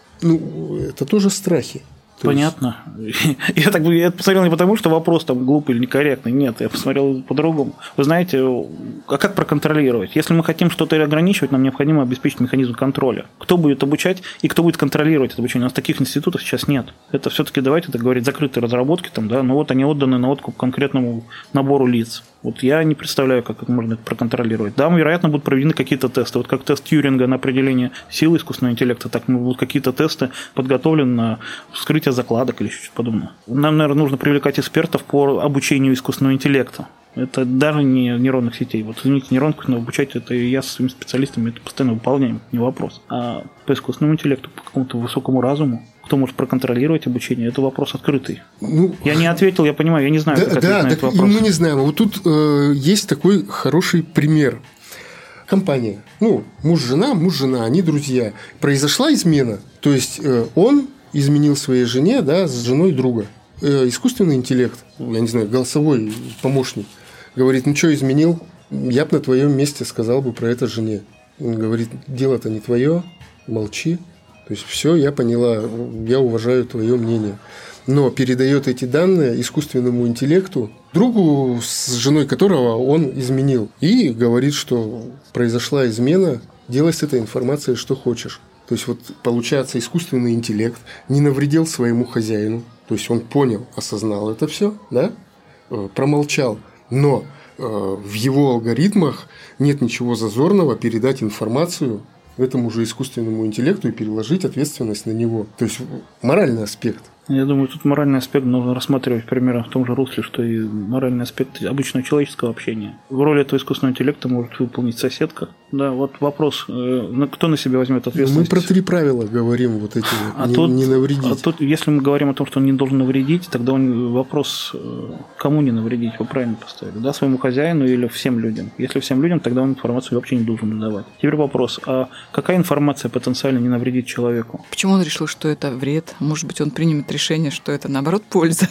Ну, это тоже страхи. То Понятно. Есть... Я так я посмотрел не потому, что вопрос там глупый или некорректный. Нет, я посмотрел по-другому. Вы знаете, а как проконтролировать? Если мы хотим что-то ограничивать, нам необходимо обеспечить механизм контроля. Кто будет обучать и кто будет контролировать это обучение? У нас таких институтов сейчас нет. Это все-таки, давайте так говорить, закрытые разработки, там, да, но вот они отданы на откуп конкретному набору лиц. Вот я не представляю, как это можно проконтролировать. Да, вероятно, будут проведены какие-то тесты. Вот как тест Тьюринга на определение силы искусственного интеллекта, так будут какие-то тесты подготовлены на вскрытие закладок или что-то подобное. Нам, наверное, нужно привлекать экспертов по обучению искусственного интеллекта. Это даже не нейронных сетей. Вот, извините, нейронку но обучать это и я со своими специалистами это постоянно выполняем, не вопрос. А по искусственному интеллекту, по какому-то высокому разуму, кто может проконтролировать обучение, это вопрос открытый. Ну, я не ответил, я понимаю, я не знаю, да, как ответить да, на так этот вопрос. Мы не знаем. Вот тут э, есть такой хороший пример. Компания, ну, муж-жена, муж-жена, они друзья. Произошла измена, то есть э, он изменил своей жене, да, с женой друга. Э, искусственный интеллект, я не знаю, голосовой помощник, говорит, ну, что изменил? Я бы на твоем месте сказал бы про это жене. Он говорит, дело-то не твое, молчи. То есть, все, я поняла, я уважаю твое мнение. Но передает эти данные искусственному интеллекту, другу, с женой которого он изменил. И говорит, что произошла измена, делай с этой информацией что хочешь. То есть, вот получается, искусственный интеллект не навредил своему хозяину. То есть, он понял, осознал это все, да? Промолчал. Но в его алгоритмах нет ничего зазорного передать информацию этому же искусственному интеллекту и переложить ответственность на него. То есть моральный аспект. Я думаю, тут моральный аспект нужно рассматривать примерно в том же русле, что и моральный аспект обычного человеческого общения. В роли этого искусственного интеллекта может выполнить соседка. Да, вот вопрос, кто на себя возьмет ответственность? Мы про три правила говорим, вот эти, а не, тут, не навредить. А тут, если мы говорим о том, что он не должен навредить, тогда он, вопрос, кому не навредить, вы правильно поставили, да, своему хозяину или всем людям. Если всем людям, тогда он информацию вообще не должен давать. Теперь вопрос, а какая информация потенциально не навредит человеку? Почему он решил, что это вред? Может быть, он примет решение решение, что это, наоборот, польза.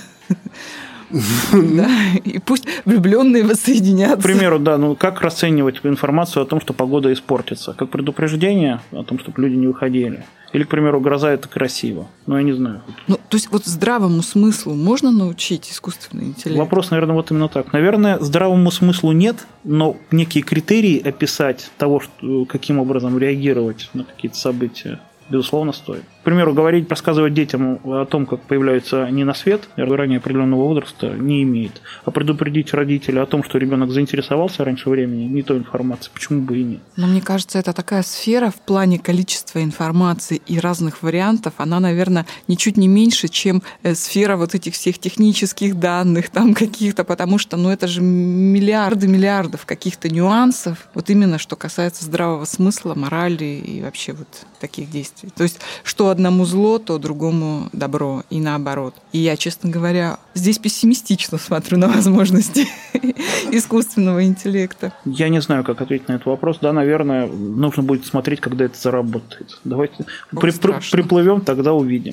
Да, и пусть влюбленные воссоединятся. К примеру, да, ну как расценивать информацию о том, что погода испортится? Как предупреждение о том, чтобы люди не выходили? Или, к примеру, гроза – это красиво? Ну, я не знаю. Ну, то есть вот здравому смыслу можно научить искусственный интеллект? Вопрос, наверное, вот именно так. Наверное, здравому смыслу нет, но некие критерии описать того, что, каким образом реагировать на какие-то события, безусловно, стоит. К примеру, говорить, рассказывать детям о том, как появляются они на свет, ранее определенного возраста, не имеет. А предупредить родителей о том, что ребенок заинтересовался раньше времени, не той информации, почему бы и нет. Но мне кажется, это такая сфера в плане количества информации и разных вариантов, она, наверное, ничуть не меньше, чем сфера вот этих всех технических данных там каких-то, потому что, ну, это же миллиарды миллиардов каких-то нюансов, вот именно что касается здравого смысла, морали и вообще вот таких действий. То есть, что одному зло, то другому добро, и наоборот. И я, честно говоря, здесь пессимистично смотрю на возможности искусственного интеллекта. Я не знаю, как ответить на этот вопрос. Да, наверное, нужно будет смотреть, когда это заработает. Давайте при, при, приплывем, тогда увидим.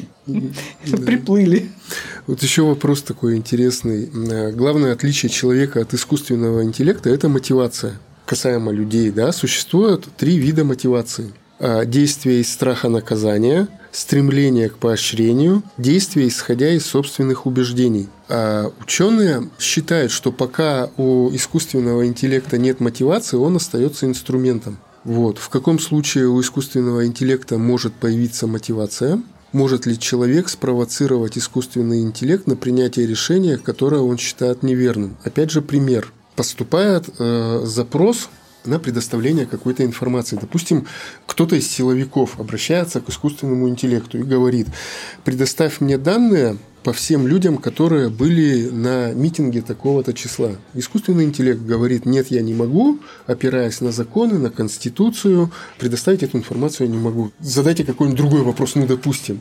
Приплыли. Вот еще вопрос такой интересный. Главное отличие человека от искусственного интеллекта – это мотивация. Касаемо людей, да, существует три вида мотивации. Действие из страха наказания, стремление к поощрению, действие, исходя из собственных убеждений. А ученые считают, что пока у искусственного интеллекта нет мотивации, он остается инструментом. Вот. В каком случае у искусственного интеллекта может появиться мотивация? Может ли человек спровоцировать искусственный интеллект на принятие решения, которое он считает неверным? Опять же, пример. Поступает э, запрос на предоставление какой-то информации. Допустим, кто-то из силовиков обращается к искусственному интеллекту и говорит: предоставь мне данные по всем людям, которые были на митинге такого-то числа. Искусственный интеллект говорит: нет, я не могу, опираясь на законы, на Конституцию, предоставить эту информацию я не могу. Задайте какой-нибудь другой вопрос, ну, допустим.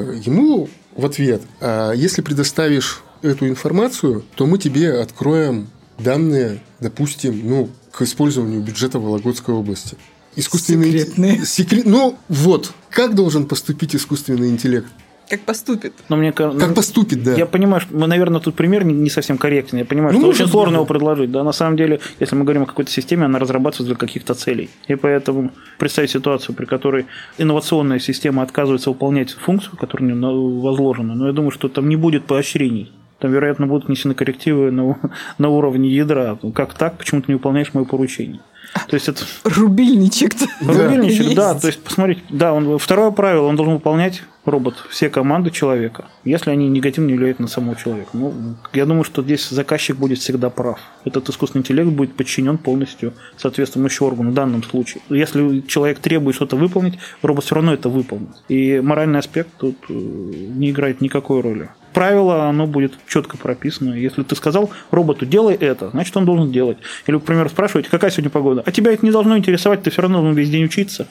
Ему в ответ: а если предоставишь эту информацию, то мы тебе откроем данные, допустим, ну, к использованию бюджета Вологодской области. Искусственный Секретные. Секрет... Ну, вот. Как должен поступить искусственный интеллект? Как поступит? Но мне... Как поступит, да. Я понимаю, что, наверное, тут пример не совсем корректный. Я понимаю, ну, что очень сложно быть, его предложить. Да, на самом деле, если мы говорим о какой-то системе, она разрабатывается для каких-то целей. И поэтому представить ситуацию, при которой инновационная система отказывается выполнять функцию, которая возложена, но я думаю, что там не будет поощрений. Там, вероятно, будут внесены коррективы на, на уровне ядра. Как так? Почему ты не выполняешь мое поручение? То есть это... Рубильничек-то. Рубильничек, да. То есть, посмотрите, да, он, второе правило, он должен выполнять, робот, все команды человека, если они негативно не влияют на самого человека. Ну, я думаю, что здесь заказчик будет всегда прав. Этот искусственный интеллект будет подчинен полностью соответствующему органу в данном случае. Если человек требует что-то выполнить, робот все равно это выполнит. И моральный аспект тут не играет никакой роли. Правило, оно будет четко прописано. Если ты сказал роботу: делай это, значит, он должен делать. Или, к примеру, спрашиваете: какая сегодня погода? А тебя это не должно интересовать, ты все равно должен весь день учиться.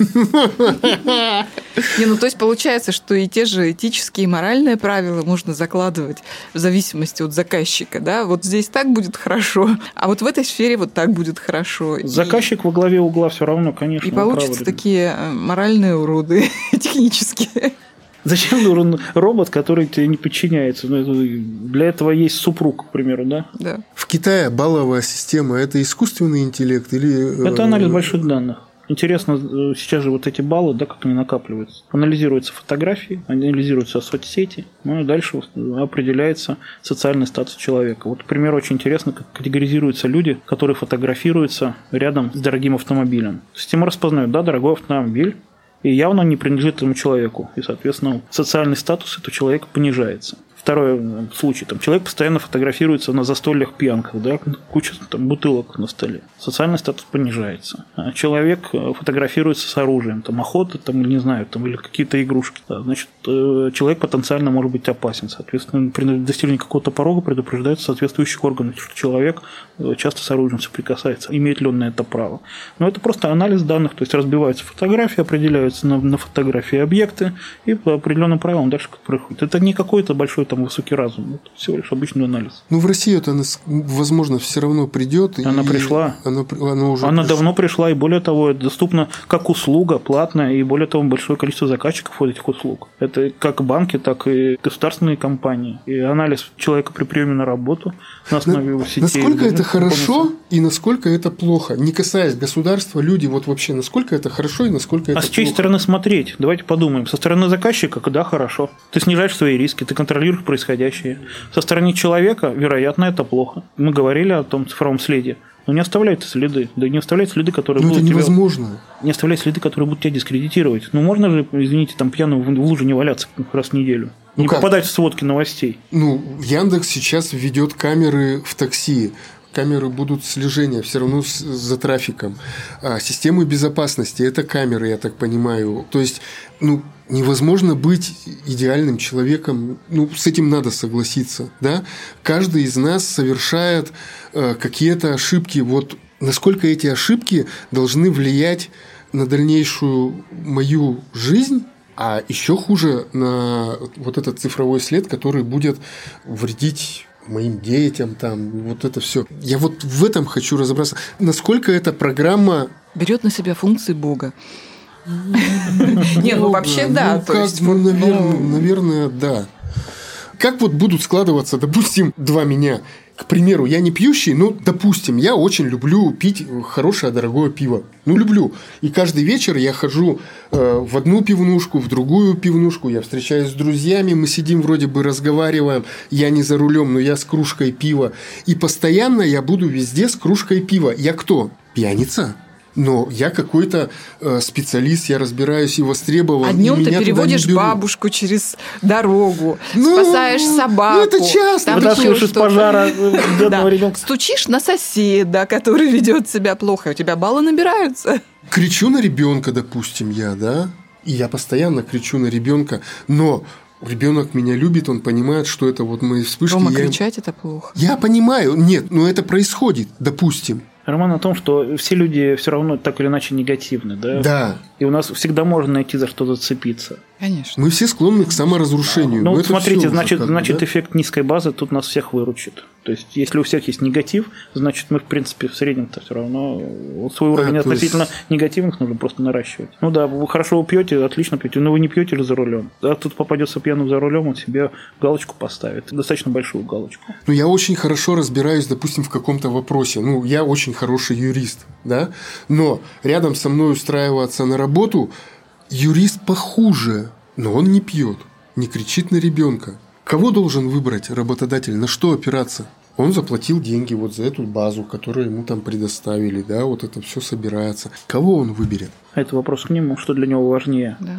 Не, ну то есть получается, что и те же этические и моральные правила можно закладывать в зависимости от заказчика, да? Вот здесь так будет хорошо, а вот в этой сфере вот так будет хорошо. Заказчик во главе угла все равно, конечно. И получатся такие моральные уроды технические. Зачем нужен робот, который тебе не подчиняется? Для этого есть супруг, к примеру, да? Да. В Китае балловая система – это искусственный интеллект или… Это анализ больших данных. Интересно, сейчас же вот эти баллы, да, как они накапливаются. Анализируются фотографии, анализируются соцсети, ну и дальше определяется социальный статус человека. Вот, к примеру, очень интересно, как категоризируются люди, которые фотографируются рядом с дорогим автомобилем. Система распознает: да, дорогой автомобиль, и явно не принадлежит этому человеку. И, соответственно, социальный статус этого человека понижается. Второй случай. Там человек постоянно фотографируется на застольях, пьянках, да, куча там бутылок на столе. Социальный статус понижается. А человек фотографируется с оружием, там охота, там, не знаю, там, или какие-то игрушки. Да, значит, человек потенциально может быть опасен. Соответственно, при достижении какого-то порога предупреждаются соответствующих органов, что человек часто с оружием соприкасается. Имеет ли он на это право? Но это просто анализ данных, то есть разбиваются фотографии, определяются на, на фотографии объекты, и по определенным правилам дальше как происходит. Это не какой-то большой там высокий разум. Это всего лишь обычный анализ. Ну, в Россию это, возможно, все равно придет. Она и пришла. Она, она, уже она пришла. давно пришла, и более того, это доступно как услуга, платная, и более того, большое количество заказчиков от этих услуг. Это как банки, так и государственные компании. И анализ человека при приеме на работу на основе его сетей. Насколько это хорошо и насколько это плохо? Не касаясь государства, люди, вот вообще, насколько это хорошо и насколько это А с чьей плохо? стороны смотреть? Давайте подумаем. Со стороны заказчика, да, хорошо. Ты снижаешь свои риски, ты контролируешь происходящее. Со стороны человека, вероятно, это плохо. Мы говорили о том цифровом следе. Но не оставляй следы. Да не оставляй следы, которые Но будут это тебя... невозможно. Не оставляй следы, которые будут тебя дискредитировать. Ну, можно же, извините, там пьяным в луже не валяться раз в неделю? Ну не как? попадать в сводки новостей. Ну, Яндекс сейчас введет камеры в такси. Камеры будут слежения все равно с, за трафиком. А системы безопасности – это камеры, я так понимаю. То есть, ну, невозможно быть идеальным человеком. Ну, с этим надо согласиться, да? Каждый из нас совершает э, какие-то ошибки. Вот насколько эти ошибки должны влиять на дальнейшую мою жизнь, а еще хуже на вот этот цифровой след, который будет вредить моим детям, там, вот это все. Я вот в этом хочу разобраться. Насколько эта программа берет на себя функции Бога. Не, ну вообще да. Ну, наверное, да. Как вот будут складываться, допустим, два меня? К примеру, я не пьющий, но, допустим, я очень люблю пить хорошее, дорогое пиво. Ну, люблю. И каждый вечер я хожу э, в одну пивнушку, в другую пивнушку, я встречаюсь с друзьями, мы сидим, вроде бы разговариваем, я не за рулем, но я с кружкой пива. И постоянно я буду везде с кружкой пива. Я кто? Пьяница? Но я какой-то э, специалист, я разбираюсь и востребован. А днем ты переводишь бабушку через дорогу, ну, спасаешь собаку. Ну, это часто. Вытаскиваешь из пожара бедного ребенка. Стучишь на соседа, который ведет себя плохо, и у тебя баллы набираются. Кричу на ребенка, допустим, я, да? И я постоянно кричу на ребенка, но ребенок меня любит, он понимает, что это вот мои вспышки. Рома, я... кричать это плохо. Я понимаю, нет, но это происходит, допустим. Роман о том, что все люди все равно так или иначе негативны, да? Да. И у нас всегда можно найти за что зацепиться. Конечно. Мы все склонны к саморазрушению. Ну, вот смотрите, значит, как, значит да? эффект низкой базы тут нас всех выручит. То есть, если у всех есть негатив, значит, мы, в принципе, в среднем-то все равно вот свой уровень а, относительно есть... негативных нужно просто наращивать. Ну да, вы хорошо пьете, отлично пьете, но вы не пьете ли за рулем? А тут попадется пьяным за рулем, он себе галочку поставит. Достаточно большую галочку. Ну, я очень хорошо разбираюсь, допустим, в каком-то вопросе. Ну, я очень хороший юрист, да? Но рядом со мной устраиваться на работу юрист похуже, но он не пьет, не кричит на ребенка. Кого должен выбрать работодатель, на что опираться? Он заплатил деньги вот за эту базу, которую ему там предоставили, да, вот это все собирается. Кого он выберет? Это вопрос к нему, что для него важнее. Да.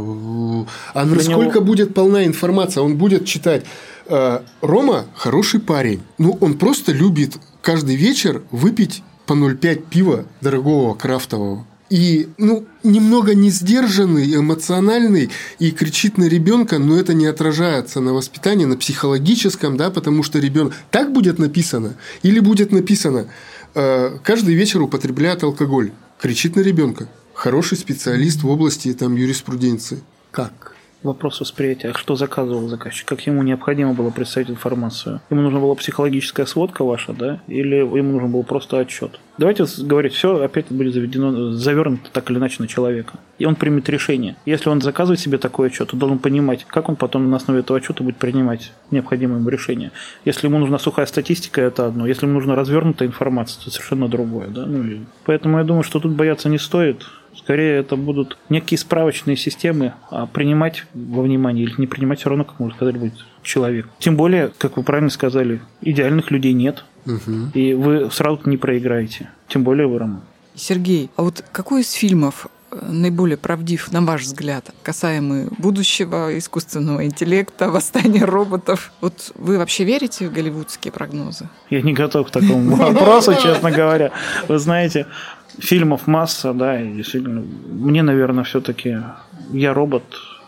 А насколько него... будет полна информация? Он будет читать: Рома хороший парень, ну он просто любит каждый вечер выпить по ноль целых пять пива дорогого крафтового. И, ну, немного не сдержанный, эмоциональный и кричит на ребенка, но это не отражается на воспитании, на психологическом, да, потому что ребенок так будет написано, или будет написано: э, каждый вечер употребляет алкоголь, кричит на ребенка. Хороший специалист в области там юриспруденции. Как? Вопрос восприятия. Что заказывал заказчик? Как ему необходимо было представить информацию? Ему нужна была психологическая сводка ваша, да? Или ему нужен был просто отчет? Давайте говорить, все опять будет заведено, завернуто так или иначе на человека. И он примет решение. Если он заказывает себе такой отчет, то должен понимать, как он потом на основе этого отчета будет принимать необходимое ему решение. Если ему нужна сухая статистика, это одно. Если ему нужна развернутая информация, то совершенно другое. Да? Ну, и поэтому я думаю, что тут бояться не стоит. Скорее, это будут некие справочные системы, а принимать во внимание или не принимать все равно, как мы уже сказали, будет человек. Тем более, как вы правильно сказали, идеальных людей нет. Угу. И вы сразу не проиграете. Тем более вы, Роман. Сергей, а вот какой из фильмов наиболее правдив, на ваш взгляд, касаемый будущего, искусственного интеллекта, восстания роботов? Вот вы вообще верите в голливудские прогнозы? Я не готов к такому вопросу, честно говоря. Вы знаете, фильмов масса, да, и действительно, мне, наверное, все-таки «Я робот»,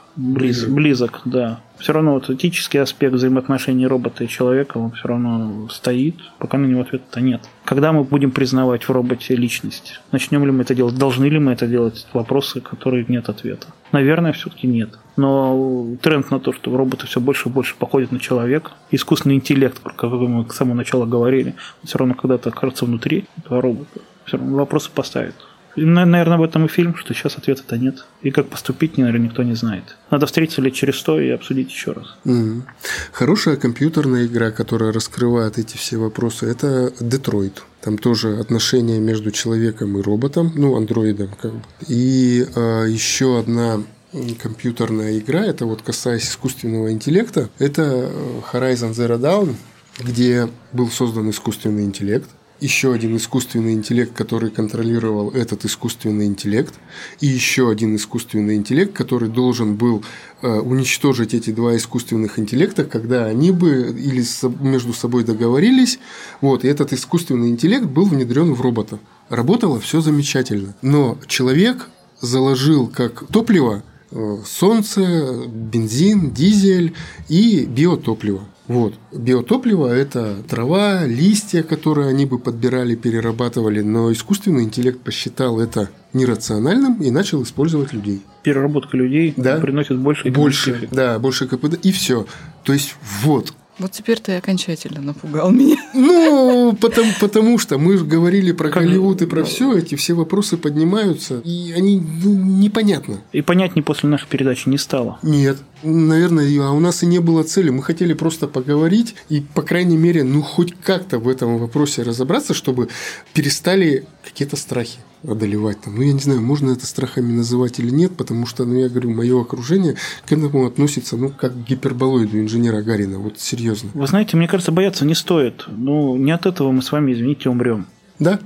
близ, близок, да. Все равно вот этический аспект взаимоотношений робота и человека, он все равно стоит, пока на него ответа нет. Когда мы будем признавать в роботе личность? Начнем ли мы это делать? Должны ли мы это делать? Вопросы, которые нет ответа. Наверное, все-таки нет. Но тренд на то, что роботы все больше и больше походят на человека, искусственный интеллект, как мы с самого начала говорили, все равно когда-то окажется внутри этого робота. Все равно вопросы поставит. И, наверное, в этом и фильм, что сейчас ответа-то нет. И как поступить, наверное, никто не знает. Надо встретиться лет через сто и обсудить еще раз. Mm-hmm. Хорошая компьютерная игра, которая раскрывает эти все вопросы, это «Детройт». Там тоже отношения между человеком и роботом, ну, андроидом как бы. И а, еще одна компьютерная игра, это вот касаясь искусственного интеллекта, это Horizon Zero Dawn, где был создан искусственный интеллект. Еще один искусственный интеллект, который контролировал этот искусственный интеллект, и еще один искусственный интеллект, который должен был э, уничтожить эти два искусственных интеллекта, когда они бы или между собой договорились, вот, и этот искусственный интеллект был внедрен в робота. Работало все замечательно, но человек заложил как топливо э, солнце, бензин, дизель и биотопливо. Вот. Биотопливо – это трава, листья, которые они бы подбирали, перерабатывали, но искусственный интеллект посчитал это нерациональным и начал использовать людей. Переработка людей да? приносит больше больше, эффект. Да, больше КПД, и все. То есть, вот. Вот теперь ты окончательно напугал меня. Ну, потому, потому что мы же говорили про как... Голливуд и про все, эти все вопросы поднимаются, и они ну, непонятны. И понятнее после нашей передачи не стало. Нет. Наверное, а у нас и не было цели. Мы хотели просто поговорить и, по крайней мере, ну, хоть как-то в этом вопросе разобраться, чтобы перестали какие-то страхи одолевать. Там. Ну, я не знаю, можно это страхами называть или нет, потому что, ну, я говорю, мое окружение к этому относится, ну, как к гиперболоиду инженера Гарина. Вот серьезно. Вы знаете, мне кажется, бояться не стоит. Ну, не от этого мы с вами, извините, умрем. Да?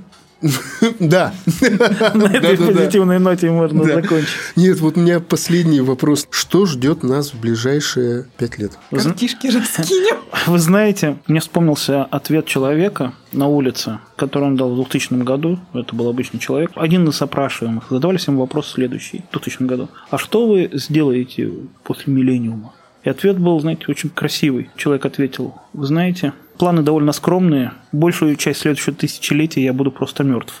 Да. На этой позитивной ноте можно закончить. Нет, вот у меня последний вопрос. Что ждет нас в ближайшие пять лет? Картишки раскинем. Вы знаете, мне вспомнился ответ человека на улице, который он дал в двухтысячном году. Это был обычный человек. Один из опрашиваемых. Задавались ему вопрос следующий в двухтысячном году. А что вы сделаете после миллениума? И ответ был, знаете, очень красивый. Человек ответил: вы знаете, планы довольно скромные. Большую часть следующего тысячелетия я буду просто мертв.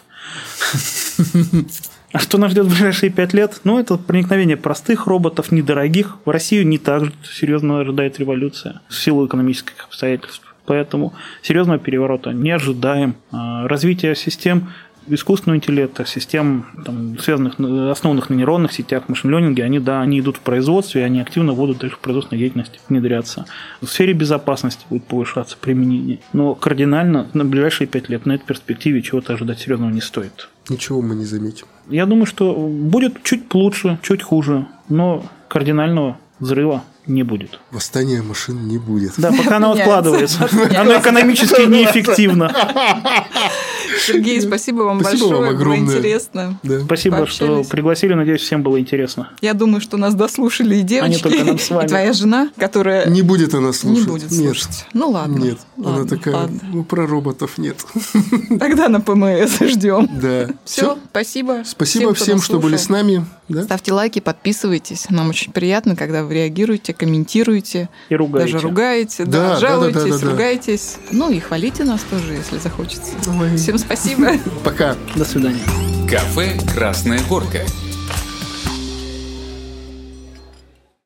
А что нас ждет в ближайшие пять лет? Ну, это проникновение простых роботов, недорогих. В Россию не так серьезно ожидает революция в силу экономических обстоятельств. Поэтому серьезного переворота не ожидаем. Развитие систем искусственного интеллекта, систем, там, связанных, основанных на нейронных сетях, машин-лернинге, они, да, они идут в производстве, и они активно будут дальше в производственной деятельности внедряться. В сфере безопасности будет повышаться применение. Но кардинально на ближайшие пять лет на этой перспективе чего-то ожидать серьезного не стоит. Ничего мы не заметим. Я думаю, что будет чуть лучше, чуть хуже, но кардинального взрыва не будет. Восстания машин не будет. Да, пока оно откладывается. Оно экономически неэффективно. Сергей, спасибо вам спасибо большое, вам огромное. Было интересно. Да. Спасибо, Пообщались. Что пригласили, надеюсь, всем было интересно. Я думаю, что нас дослушали и девочки, и твоя жена, которая... Не будет она слушать. Не будет слушать. Нет. Ну ладно. Нет, ладно, она такая, ладно. ну про роботов нет. Тогда на ПМС ждем. Да. Все, спасибо. Спасибо всем, всем что были с нами. Да? Ставьте лайки, подписывайтесь. Нам очень приятно, когда вы реагируете, комментируете. И ругаете. Даже ругаете, да, да, жалуетесь, да, да, да, да, ругаетесь. Ну и хвалите нас тоже, если захочется. Ой. Всем спасибо. Пока. До свидания. Кафе «Красная горка».